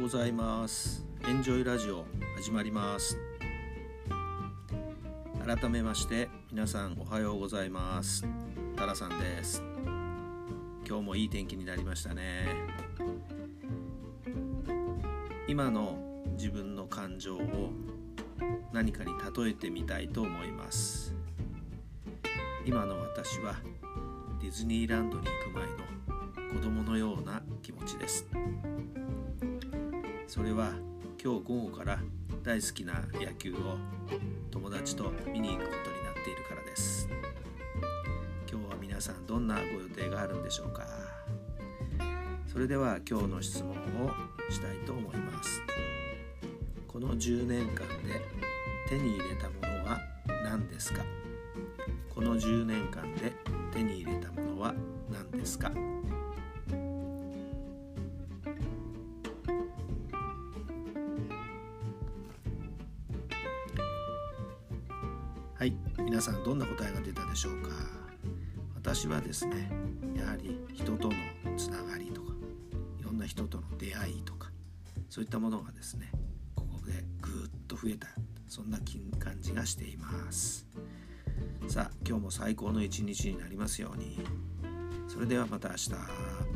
ございます。エンジョイラジオ始まります。改めまして皆さんおはようございます。タラさんです。今日もいい天気になりましたね。今の自分の感情を何かに例えてみたいと思います。今の私はディズニーランドに行く前の子供のような気持ちです。それは今日午後から大好きな野球を友達と見に行くことになっているからです。今日は皆さんどんなご予定があるんでしょうか。それでは今日の質問をしたいと思います。この10年間で手に入れたものは何ですか？この10年間で手に入れたものは何ですか？はい、皆さんどんな答えが出たでしょうか。私はですね、やはり人とのつながりとか、いろんな人との出会いとか、そういったものがですね、ここでぐーっと増えた、そんな感じがしています。さあ、今日も最高の一日になりますように。それではまた明日。